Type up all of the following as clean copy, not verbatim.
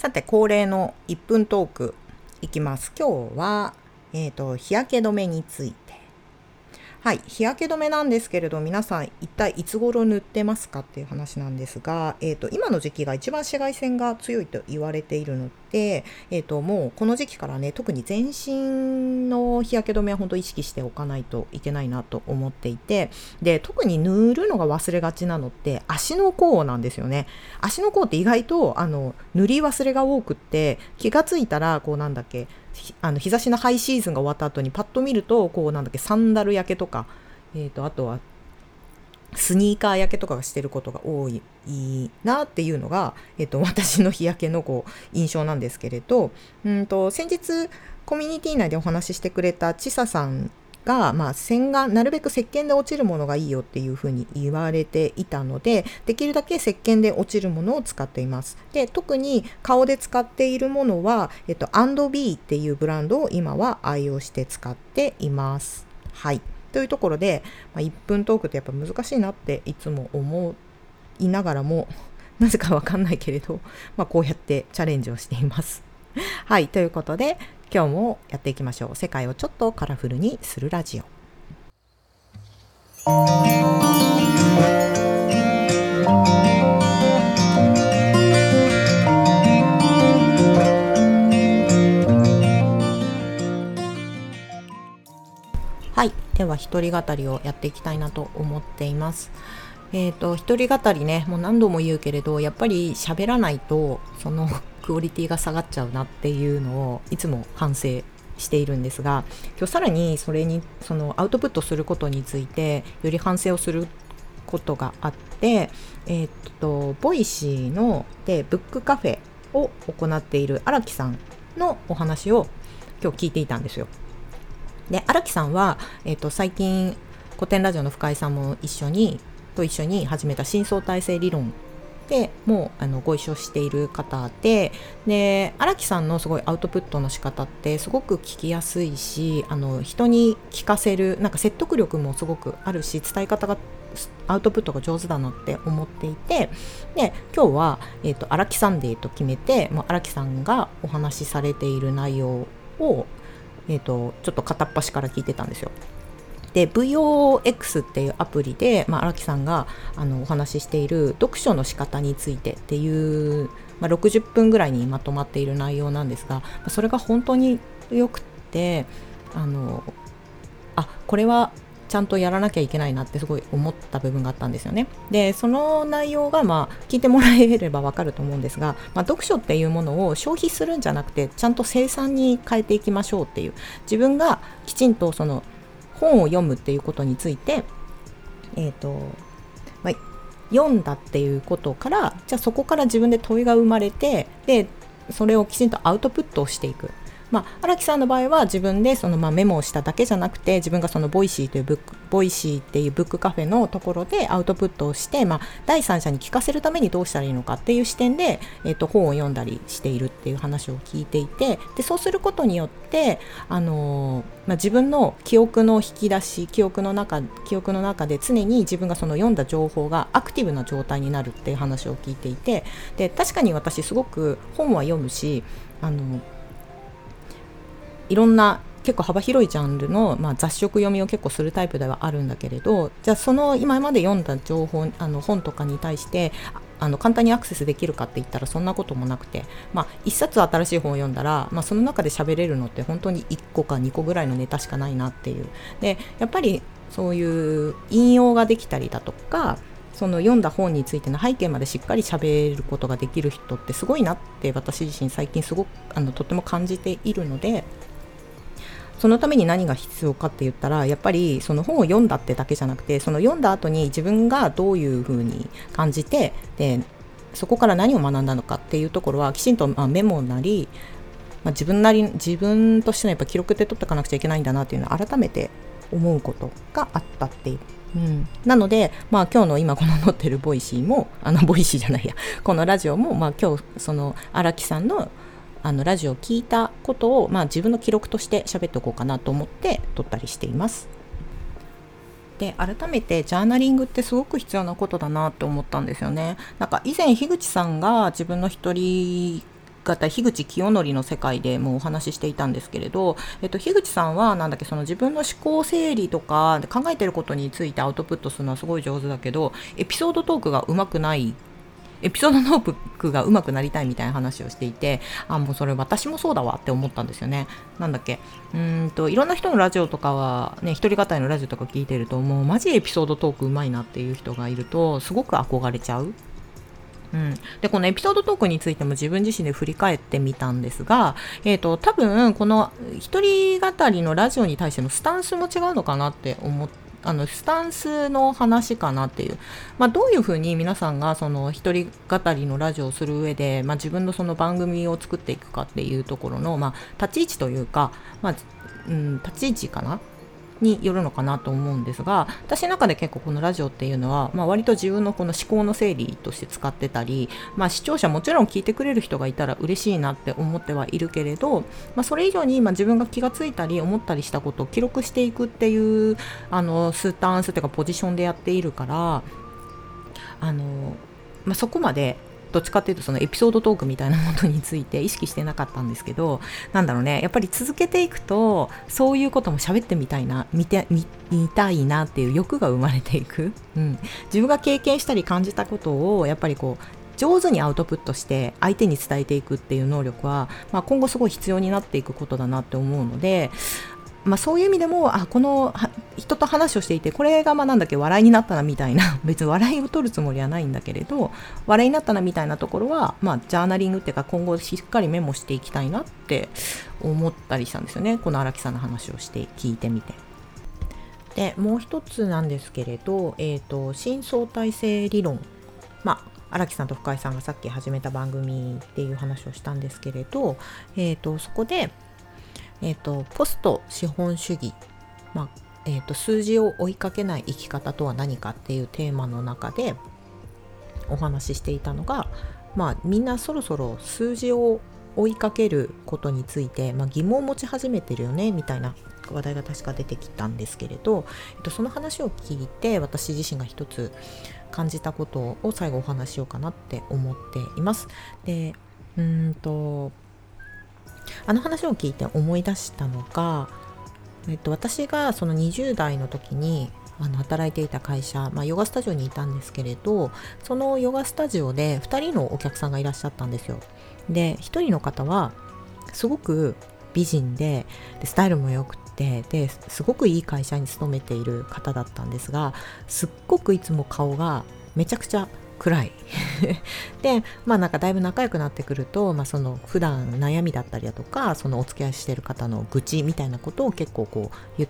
さて恒例の1分トークいきます。今日は、日焼け止めについて。はい、日焼け止めなんですけれど、皆さん一体いつ頃塗ってますかっていう話なんですが、今の時期が一番紫外線が強いと言われているので、もうこの時期からね、特に全身の日焼け止めは本当意識しておかないといけないなと思っていて、で、特に塗るのが忘れがちなのって足の甲なんですよね。足の甲って意外と塗り忘れが多くって、気がついたら日差しのハイシーズンが終わった後にパッと見るとサンダル焼けとか、あとはスニーカー焼けとかがしてることが多いなっていうのが、私の日焼けの印象なんですけれど、先日コミュニティ内でお話ししてくれたちささんが、洗顔なるべく石鹸で落ちるものがいいよっていうふうに言われていたので、できるだけ石鹸で落ちるものを使っています。で、特に顔で使っているものは、&B っていうブランドを今は愛用して使っています。はい。というところで、1分トークってやっぱ難しいなっていつも思いながらも、なぜかわかんないけれど、こうやってチャレンジをしています。はい。ということで、今日もやっていきましょう。世界をちょっとカラフルにするラジオ。はい。では、一人語りをやっていきたいなと思っています。一人語りね、もう何度も言うけれど、やっぱり喋らないと、そのクオリティが下がっちゃうなっていうのをいつも反省しているんですが、今日さらにそのアウトプットすることについてより反省をすることがあって、ボイシーのでブックカフェを行っている荒木さんのお話を今日聞いていたんですよ。で、荒木さんは、最近古典ラジオの深井さんも一緒に始めた新相対性理論でもうご一緒している方で、荒木さんのすごいアウトプットの仕方ってすごく聞きやすいし、人に聞かせる説得力もすごくあるし、伝え方がアウトプットが上手だなって思っていて、で今日は、荒木サンデーと決めて、荒木さんがお話しされている内容を、ちょっと片っ端から聞いてたんですよ。で VOX っていうアプリで、荒木さんがお話ししている読書の仕方についてっていう、60分ぐらいにまとまっている内容なんですが、それが本当によくってこれはちゃんとやらなきゃいけないなってすごい思った部分があったんですよね。でその内容が聞いてもらえればわかると思うんですが、読書っていうものを消費するんじゃなくてちゃんと生産に変えていきましょうっていう、自分がきちんとその本を読むっていうことについて、読んだっていうことから、じゃあそこから自分で問いが生まれて、でそれをきちんとアウトプットをしていく。荒木さんの場合は自分でメモをしただけじゃなくて、自分がそのボイシーっていうブックカフェのところでアウトプットをして、第三者に聞かせるためにどうしたらいいのかっていう視点で、本を読んだりしているっていう話を聞いていて、でそうすることによって、自分の記憶の引き出し、記憶の中で常に自分がその読んだ情報がアクティブな状態になるっていう話を聞いていて、で確かに私すごく本は読むし、いろんな結構幅広いジャンルの、雑食読みを結構するタイプではあるんだけれど、じゃあその今まで読んだ情報本とかに対して簡単にアクセスできるかって言ったらそんなこともなくて、一冊新しい本を読んだら、その中で喋れるのって本当に1個か2個ぐらいのネタしかないなっていう。でやっぱりそういう引用ができたりだとか、その読んだ本についての背景までしっかり喋ることができる人ってすごいなって私自身最近すごくとっても感じているので、そのために何が必要かって言ったら、やっぱりその本を読んだってだけじゃなくて、その読んだ後に自分がどういうふうに感じて、でそこから何を学んだのかっていうところはきちんとメモなり、自分としてのやっぱ記録って取っておかなくちゃいけないんだなっていうのを改めて思うことがあったっていう。なので、今日の今この載ってるボイシーもボイシーじゃないやこのラジオも、今日その荒木さんのラジオを聞いたことを、自分の記録として喋っておこうかなと思って撮ったりしています。で改めてジャーナリングってすごく必要なことだなと思ったんですよね。以前樋口さんが自分の一人方、樋口清則の世界でもお話ししていたんですけれど、樋口さんはその自分の思考整理とか考えてることについてアウトプットするのはすごい上手だけど、エピソードトークがうまくない、エピソードトークが上手くなりたいみたいな話をしていて、もうそれ私もそうだわって思ったんですよね。いろんな人のラジオとかはね、一人語りのラジオとか聞いてると、もうマジエピソードトークうまいなっていう人がいるとすごく憧れちゃう。でこのエピソードトークについても自分自身で振り返ってみたんですが、多分この一人語りのラジオに対してのスタンスも違うのかなって思って、スタンスの話かなっていう、どういうふうに皆さんがその一人語りのラジオをする上で、自分のその番組を作っていくかっていうところの、立ち位置というか、立ち位置かなによるのかなと思うんですが、私の中で結構このラジオっていうのは、割と自分のこの思考の整理として使ってたり、視聴者もちろん聞いてくれる人がいたら嬉しいなって思ってはいるけれど、それ以上に自分が気がついたり思ったりしたことを記録していくっていうスタンスというかポジションでやっているから、そこまでどっちかっていうとそのエピソードトークみたいなものについて意識してなかったんですけど、やっぱり続けていくとそういうことも喋ってみたいな、見たいなっていう欲が生まれていく、自分が経験したり感じたことをやっぱりこう上手にアウトプットして相手に伝えていくっていう能力は、今後すごい必要になっていくことだなって思うので、そういう意味でもこの人と話をしていてこれが笑いになったなみたいな別に笑いを取るつもりはないんだけれど、笑いになったなみたいなところは、ジャーナリングっていうか今後しっかりメモしていきたいなって思ったりしたんですよね。この荒木さんの話をして聞いてみて。でもう一つなんですけれど、新相対性理論、荒木さんと深井さんがさっき始めた番組っていう話をしたんですけれど、そこでポスト資本主義、数字を追いかけない生き方とは何かっていうテーマの中でお話ししていたのが、みんなそろそろ数字を追いかけることについて、疑問を持ち始めてるよねみたいな話題が確か出てきたんですけれど、その話を聞いて私自身が一つ感じたことを最後お話しようかなって思っています。で話を聞いて思い出したのが、私がその20代の時に働いていた会社、ヨガスタジオにいたんですけれど、そのヨガスタジオで2人のお客さんがいらっしゃったんですよ。で、1人の方はすごく美人でスタイルも良くて、ですごくいい会社に勤めている方だったんですが、すっごくいつも顔がめちゃくちゃ暗いで、だいぶ仲良くなってくると、その普段悩みだったりだとか、そのお付き合いしている方の愚痴みたいなことを結構こう言って、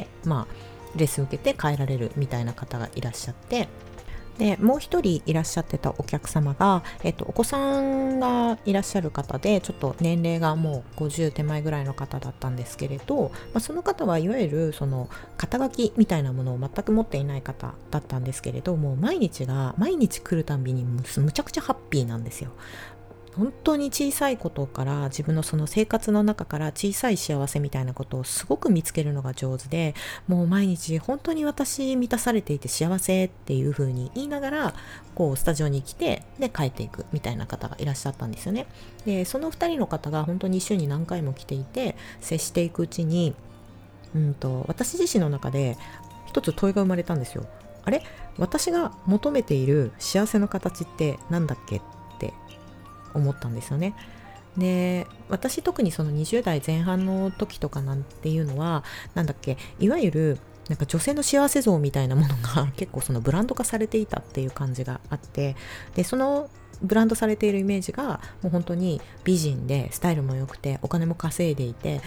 レッスン受けて帰られるみたいな方がいらっしゃって、でもう一人いらっしゃってたお客様が、お子さんがいらっしゃる方で、ちょっと年齢がもう50手前ぐらいの方だったんですけれど、その方はいわゆるその肩書きみたいなものを全く持っていない方だったんですけれど、もう毎日来るたんびにむちゃくちゃハッピーなんですよ。本当に小さいことから自分のその生活の中から小さい幸せみたいなことをすごく見つけるのが上手で、もう毎日本当に私満たされていて幸せっていう風に言いながらこうスタジオに来て、で帰っていくみたいな方がいらっしゃったんですよね。でその2人の方が本当に週に何回も来ていて、接していくうちに私自身の中で一つ問いが生まれたんですよ。あれ、私が求めている幸せの形ってなんだっけって思ったんですよね。で、私特にその20代前半の時とかなんていうのは、いわゆる女性の幸せ像みたいなものが結構そのブランド化されていたっていう感じがあって、でそのブランドされているイメージがもう本当に美人でスタイルも良くてお金も稼いでいて、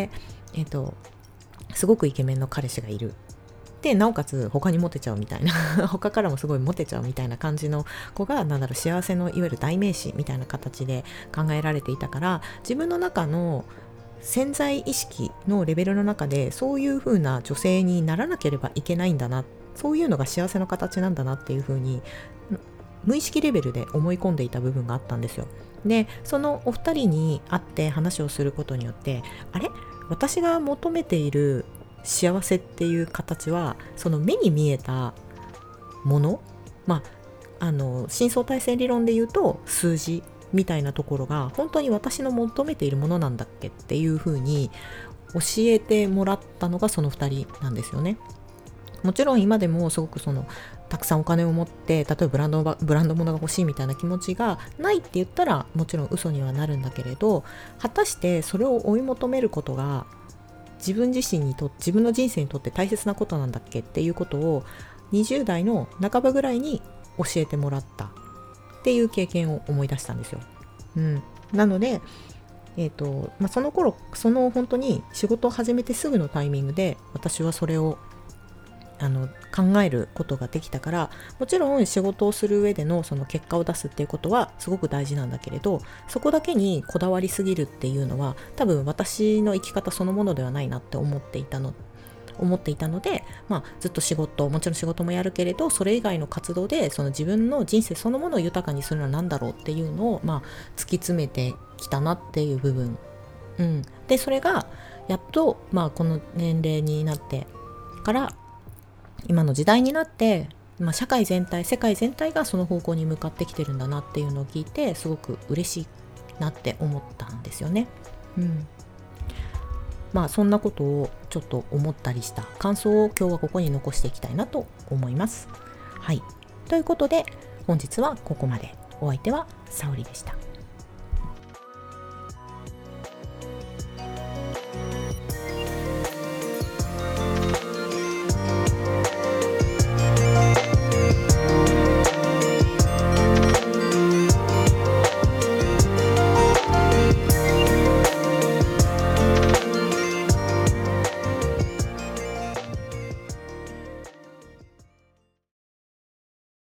ですごくイケメンの彼氏がいるで、なおかつ他にモテちゃうみたいな他からもすごいモテちゃうみたいな感じの子が幸せのいわゆる代名詞みたいな形で考えられていたから、自分の中の潜在意識のレベルの中でそういう風な女性にならなければいけないんだな、そういうのが幸せの形なんだなっていう風に無意識レベルで思い込んでいた部分があったんですよ。でそのお二人に会って話をすることによって、あれ、私が求めている幸せっていう形はその目に見えたもの、新相対性理論で言うと数字みたいなところが本当に私の求めているものなんだっけっていう風に教えてもらったのがその2人なんですよね。もちろん今でもすごくたくさんお金を持って例えばブランド物が欲しいみたいな気持ちがないって言ったらもちろん嘘にはなるんだけれど、果たしてそれを追い求めることが自分の人生にとって大切なことなんだっけっていうことを20代の半ばぐらいに教えてもらったっていう経験を思い出したんですよ。なのでその頃本当に仕事を始めてすぐのタイミングで私はそれを考えることができたから、もちろん仕事をする上でのその結果を出すっていうことはすごく大事なんだけれど、そこだけにこだわりすぎるっていうのは多分私の生き方そのものではないなって思っていたので、ずっともちろん仕事もやるけれど、それ以外の活動でその自分の人生そのものを豊かにするのは何だろうっていうのを突き詰めてきたなっていう部分、でそれがやっとこの年齢になってから今の時代になって、世界全体がその方向に向かってきてるんだなっていうのを聞いてすごく嬉しいなって思ったんですよね。そんなことをちょっと思ったりした感想を今日はここに残していきたいなと思います。はい。ということで本日はここまで。お相手は沙織でした。